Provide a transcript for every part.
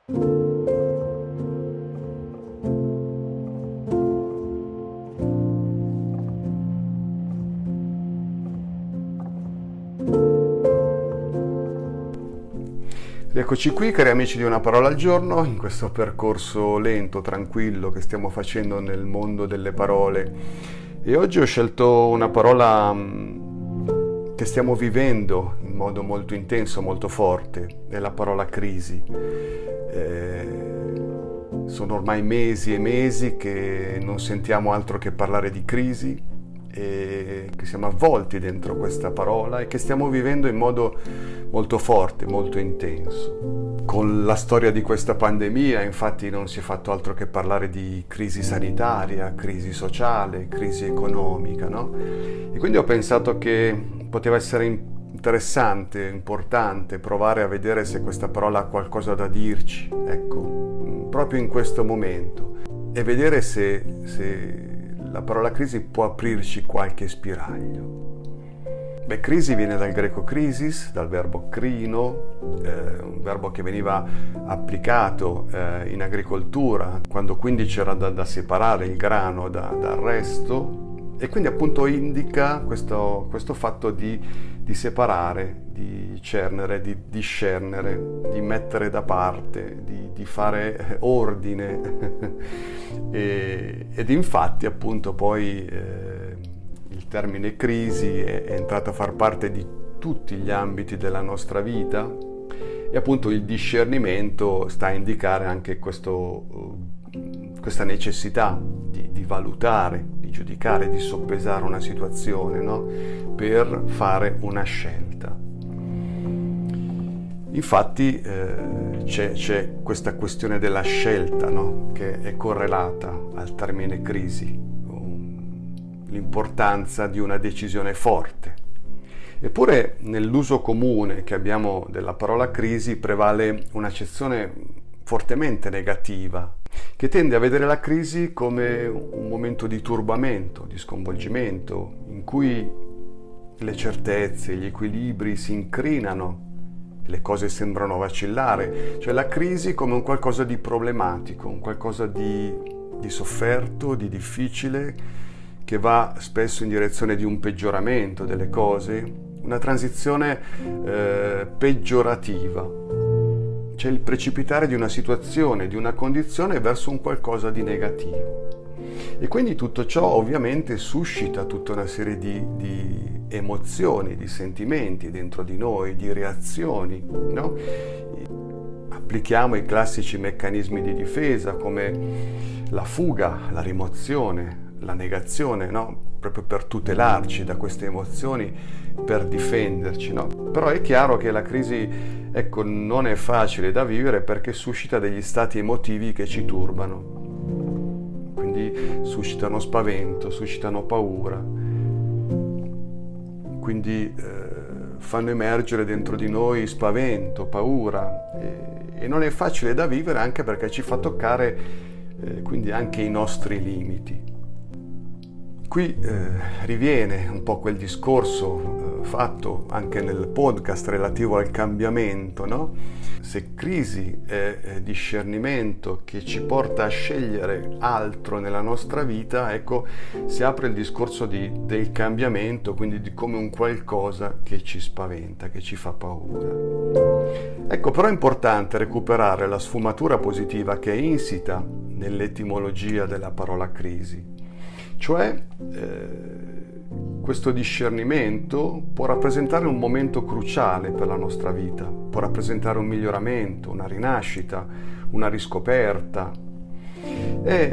Rieccoci qui, cari amici di Una Parola al Giorno, in questo percorso lento, tranquillo che stiamo facendo nel mondo delle parole. E oggi ho scelto una parola che stiamo vivendo in modo molto intenso, molto forte, è la parola crisi. Sono ormai mesi e mesi che non sentiamo altro che parlare di crisi, e che siamo avvolti dentro questa parola e che stiamo vivendo in modo molto forte, molto intenso. Con la storia di questa pandemia, infatti, non si è fatto altro che parlare di crisi sanitaria, crisi sociale, crisi economica, no? E quindi ho pensato che poteva essere interessante, importante provare a vedere se questa parola ha qualcosa da dirci, ecco, proprio in questo momento, e vedere se la parola crisi può aprirci qualche spiraglio. Beh, crisi viene dal greco crisis, dal verbo crino, un verbo che veniva applicato in agricoltura, quando quindi c'era da separare il grano dal resto, e quindi appunto indica questo fatto di separare, di cernere, di discernere, di mettere da parte, di fare ordine. Ed infatti appunto poi il termine crisi è entrato a far parte di tutti gli ambiti della nostra vita, e appunto il discernimento sta a indicare anche questa necessità di valutare, di giudicare, di soppesare una situazione, no? Per fare una scelta. Infatti c'è questa questione della scelta, no? Che è correlata al termine crisi, l'importanza di una decisione forte. Eppure nell'uso comune che abbiamo della parola crisi prevale un'accezione fortemente negativa, che tende a vedere la crisi come un momento di turbamento, di sconvolgimento, in cui le certezze, gli equilibri si incrinano, le cose sembrano vacillare, cioè la crisi come un qualcosa di problematico, un qualcosa di sofferto, di difficile, che va spesso in direzione di un peggioramento delle cose, una transizione peggiorativa. C'è il precipitare di una situazione, di una condizione verso un qualcosa di negativo. E quindi tutto ciò ovviamente suscita tutta una serie di emozioni, di sentimenti dentro di noi, di reazioni, no? Applichiamo i classici meccanismi di difesa come la fuga, la rimozione, la negazione, no? Proprio per tutelarci da queste emozioni, per difenderci, no? Però è chiaro che la crisi, ecco, non è facile da vivere perché suscita degli stati emotivi che ci turbano. Quindi suscitano spavento, suscitano paura, quindi fanno emergere dentro di noi spavento, paura, e non è facile da vivere anche perché ci fa toccare quindi anche i nostri limiti. Qui riviene un po' quel discorso fatto anche nel podcast relativo al cambiamento, no? Se crisi è discernimento che ci porta a scegliere altro nella nostra vita, ecco, si apre il discorso del cambiamento, quindi di come un qualcosa che ci spaventa, che ci fa paura. Ecco, però è importante recuperare la sfumatura positiva che è insita nell'etimologia della parola crisi, cioè questo discernimento può rappresentare un momento cruciale per la nostra vita, può rappresentare un miglioramento, una rinascita, una riscoperta. È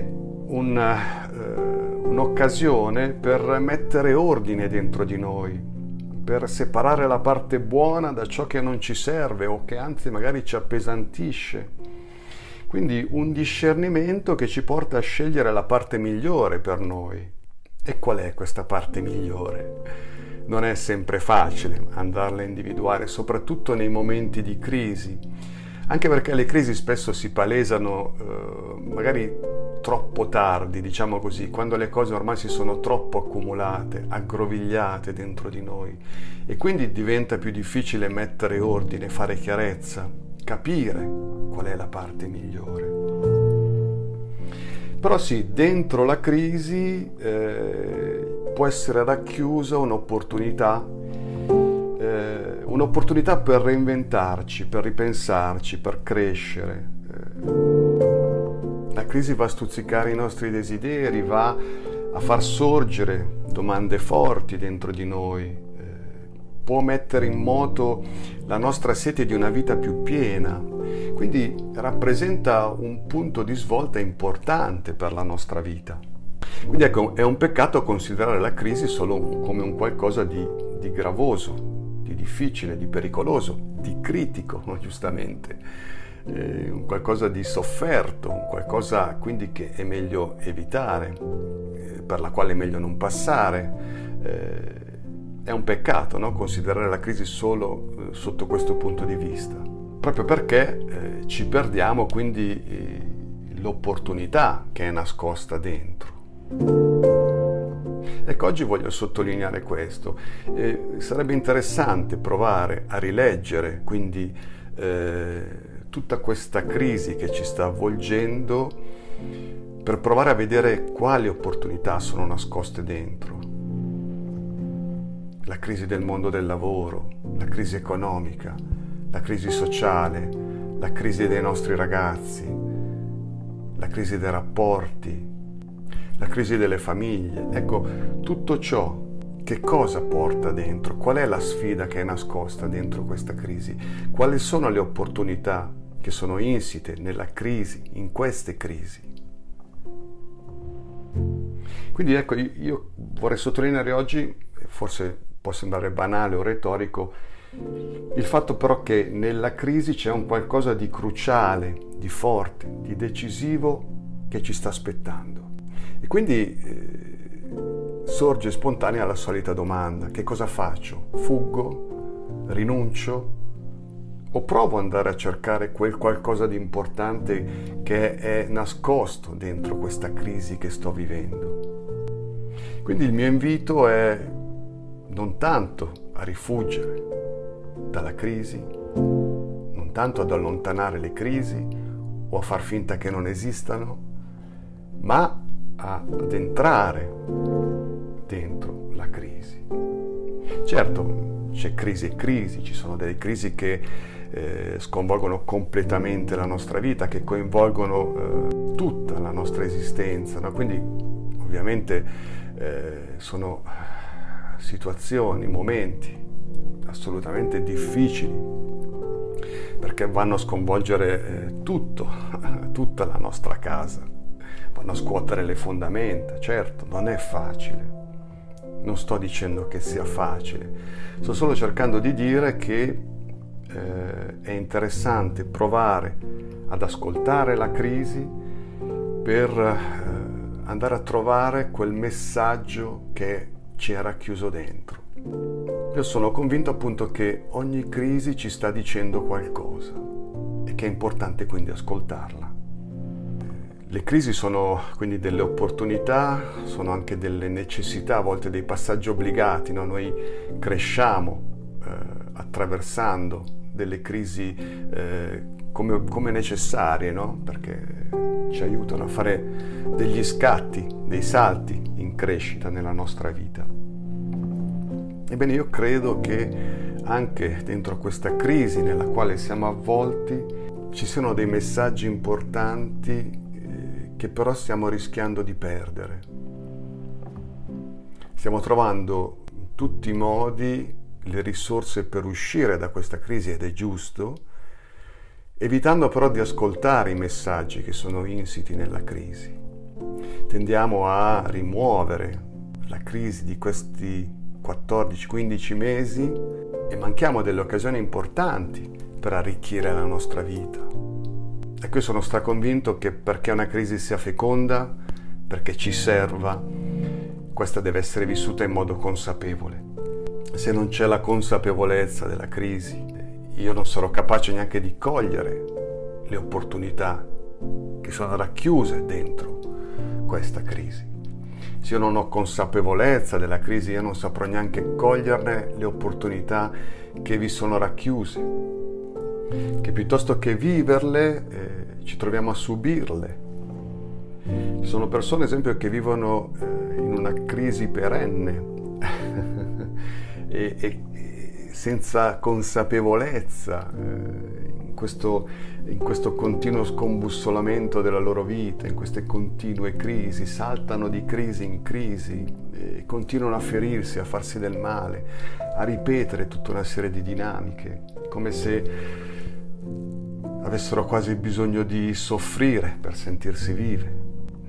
un'occasione per mettere ordine dentro di noi, per separare la parte buona da ciò che non ci serve o che anzi magari ci appesantisce. Quindi un discernimento che ci porta a scegliere la parte migliore per noi. E qual è questa parte migliore? Non è sempre facile andarla a individuare, soprattutto nei momenti di crisi, anche perché le crisi spesso si palesano magari troppo tardi, diciamo così, quando le cose ormai si sono troppo accumulate, aggrovigliate dentro di noi, e quindi diventa più difficile mettere ordine, fare chiarezza, capire qual è la parte migliore. Però sì, dentro la crisi può essere racchiusa un'opportunità per reinventarci, per ripensarci, per crescere. La crisi va a stuzzicare i nostri desideri, va a far sorgere domande forti dentro di noi, può mettere in moto la nostra sete di una vita più piena, quindi rappresenta un punto di svolta importante per la nostra vita. Quindi ecco, è un peccato considerare la crisi solo come un qualcosa di gravoso, di difficile, di pericoloso, di critico, giustamente. Un qualcosa di sofferto, un qualcosa quindi che è meglio evitare, per la quale è meglio non passare. È un peccato, no? Considerare la crisi solo sotto questo punto di vista, proprio perché ci perdiamo quindi l'opportunità che è nascosta dentro. Ecco, oggi voglio sottolineare questo. Sarebbe interessante provare a rileggere quindi tutta questa crisi che ci sta avvolgendo per provare a vedere quali opportunità sono nascoste dentro. La crisi del mondo del lavoro, la crisi economica, la crisi sociale, la crisi dei nostri ragazzi, la crisi dei rapporti, la crisi delle famiglie. Ecco, tutto ciò che cosa porta dentro? Qual è la sfida che è nascosta dentro questa crisi? Quali sono le opportunità che sono insite nella crisi, in queste crisi? Quindi ecco, io vorrei sottolineare oggi, forse può sembrare banale o retorico, il fatto però che nella crisi c'è un qualcosa di cruciale, di forte, di decisivo che ci sta aspettando. E quindi sorge spontanea la solita domanda: che cosa faccio? Fuggo? Rinuncio? O provo ad andare a cercare quel qualcosa di importante che è nascosto dentro questa crisi che sto vivendo? Quindi il mio invito è non tanto a rifuggire dalla crisi, non tanto ad allontanare le crisi o a far finta che non esistano, ma ad entrare dentro la crisi. Certo, c'è crisi e crisi, ci sono delle crisi che sconvolgono completamente la nostra vita, che coinvolgono tutta la nostra esistenza, no? Quindi ovviamente sono situazioni, momenti assolutamente difficili, perché vanno a sconvolgere tutta la nostra casa, vanno a scuotere le fondamenta. Certo, non è facile, non sto dicendo che sia facile, sto solo cercando di dire che è interessante provare ad ascoltare la crisi per andare a trovare quel messaggio che ci era chiuso dentro. Io sono convinto appunto che ogni crisi ci sta dicendo qualcosa e che è importante quindi ascoltarla. Le crisi sono quindi delle opportunità, sono anche delle necessità, a volte dei passaggi obbligati, no? Noi cresciamo attraversando delle crisi come necessarie, no? Perché ci aiutano a fare degli scatti, dei salti in crescita nella nostra vita. Ebbene, io credo che anche dentro questa crisi nella quale siamo avvolti ci siano dei messaggi importanti che però stiamo rischiando di perdere. Stiamo trovando in tutti i modi le risorse per uscire da questa crisi, ed è giusto, evitando però di ascoltare i messaggi che sono insiti nella crisi. Tendiamo a rimuovere la crisi di questi 14-15 mesi e manchiamo delle occasioni importanti per arricchire la nostra vita. E qui sono straconvinto che perché una crisi sia feconda, perché ci serva, questa deve essere vissuta in modo consapevole. Se non c'è la consapevolezza della crisi, io non sarò capace neanche di cogliere le opportunità che sono racchiuse dentro questa crisi. Se io non ho consapevolezza della crisi, io non saprò neanche coglierne le opportunità che vi sono racchiuse. che piuttosto che viverle ci troviamo a subirle. Ci sono persone, ad esempio, che vivono in una crisi perenne e senza consapevolezza, in questo continuo scombussolamento della loro vita, in queste continue crisi, saltano di crisi in crisi, e continuano a ferirsi, a farsi del male, a ripetere tutta una serie di dinamiche, come se avessero quasi bisogno di soffrire per sentirsi vive.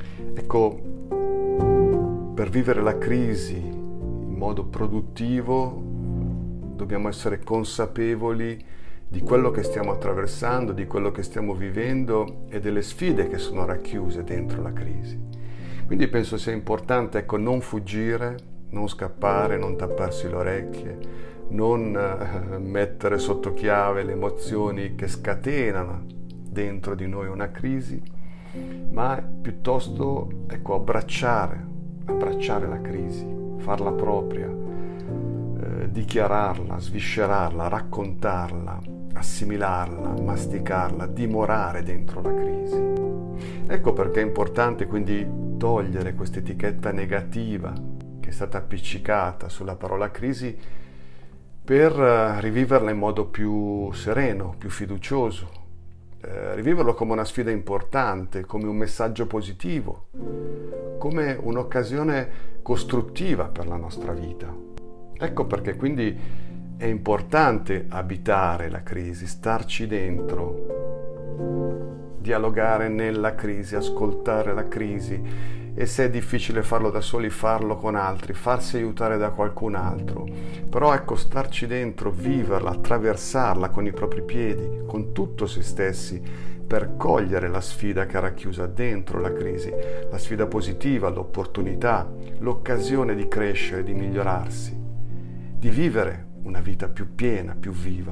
Ecco, per vivere la crisi in modo produttivo dobbiamo essere consapevoli di quello che stiamo attraversando, di quello che stiamo vivendo e delle sfide che sono racchiuse dentro la crisi. Quindi penso sia importante, ecco, non fuggire, non scappare, non tapparsi le orecchie, non mettere sotto chiave le emozioni che scatenano dentro di noi una crisi, ma piuttosto, ecco, abbracciare la crisi, farla propria, dichiararla, sviscerarla, raccontarla, assimilarla, masticarla, dimorare dentro la crisi. Ecco perché è importante quindi togliere questa etichetta negativa che è stata appiccicata sulla parola crisi per riviverla in modo più sereno, più fiducioso, riviverlo come una sfida importante, come un messaggio positivo, come un'occasione costruttiva per la nostra vita. Ecco perché quindi è importante abitare la crisi, starci dentro, dialogare nella crisi, ascoltare la crisi, e se è difficile farlo da soli, farlo con altri, farsi aiutare da qualcun altro. Però ecco, starci dentro, viverla, attraversarla con i propri piedi, con tutto se stessi, per cogliere la sfida che è racchiusa dentro la crisi, la sfida positiva, l'opportunità, l'occasione di crescere, di migliorarsi, di vivere una vita più piena, più viva.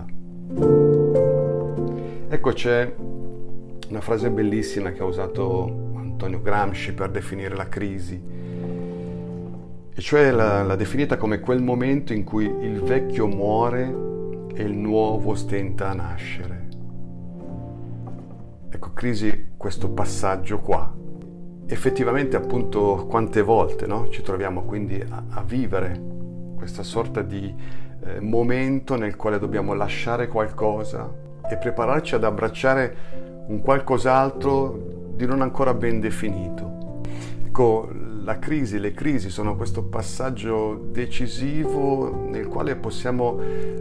Ecco, c'è una frase bellissima che ha usato Antonio Gramsci per definire la crisi, e cioè l'ha definita come quel momento in cui il vecchio muore e il nuovo stenta a nascere. Ecco, crisi, questo passaggio qua. Effettivamente, appunto, quante volte, no? Ci troviamo quindi a vivere questa sorta di momento nel quale dobbiamo lasciare qualcosa e prepararci ad abbracciare un qualcos'altro di non ancora ben definito. Ecco, la crisi, le crisi sono questo passaggio decisivo nel quale possiamo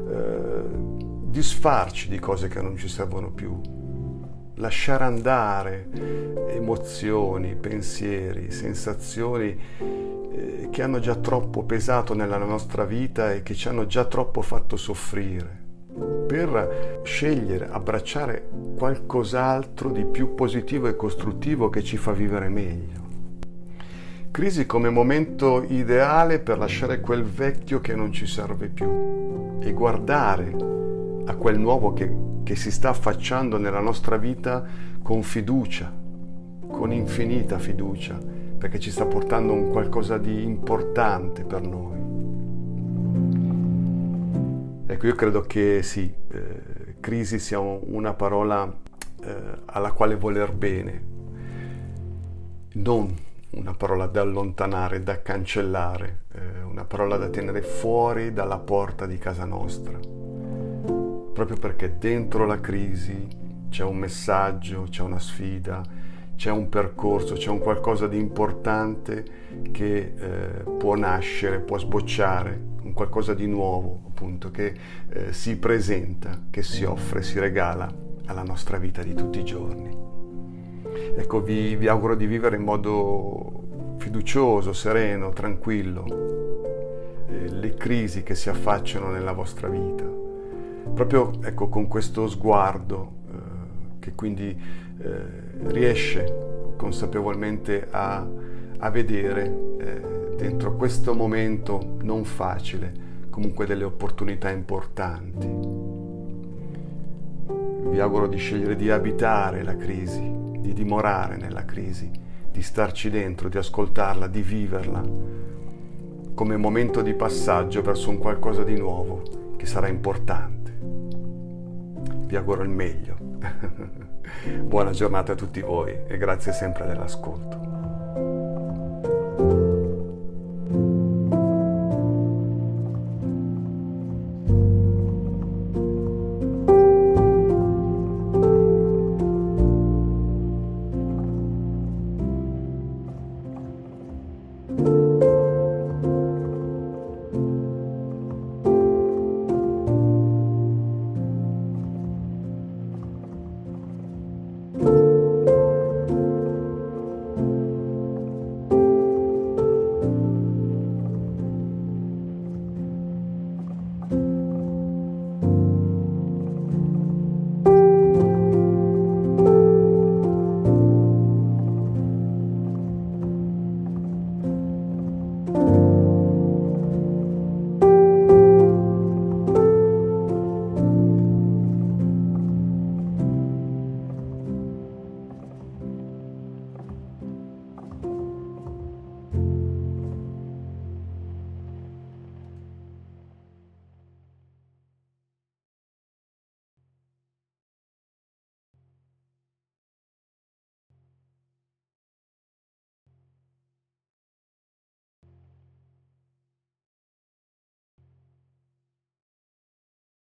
disfarci di cose che non ci servono più, lasciare andare emozioni, pensieri, sensazioni che hanno già troppo pesato nella nostra vita e che ci hanno già troppo fatto soffrire, per scegliere, abbracciare qualcos'altro di più positivo e costruttivo che ci fa vivere meglio. Crisi come momento ideale per lasciare quel vecchio che non ci serve più e guardare a quel nuovo che si sta affacciando nella nostra vita con fiducia, con infinita fiducia, perché ci sta portando un qualcosa di importante per noi. Ecco, io credo che sì, crisi sia una parola alla quale voler bene, non una parola da allontanare, da cancellare, una parola da tenere fuori dalla porta di casa nostra, proprio perché dentro la crisi c'è un messaggio, c'è una sfida, c'è un percorso, c'è un qualcosa di importante che può nascere, può sbocciare, un qualcosa di nuovo, appunto, che si presenta, che si offre, si regala alla nostra vita di tutti i giorni. Ecco, vi auguro di vivere in modo fiducioso, sereno, tranquillo le crisi che si affacciano nella vostra vita, proprio, ecco, con questo sguardo che quindi riesce consapevolmente a vedere dentro questo momento non facile comunque delle opportunità importanti. Vi auguro di scegliere di abitare la crisi, di dimorare nella crisi, di starci dentro, di ascoltarla, di viverla come momento di passaggio verso un qualcosa di nuovo che sarà importante. Vi vi auguro il meglio. Buona giornata a tutti voi e grazie sempre dell'ascolto.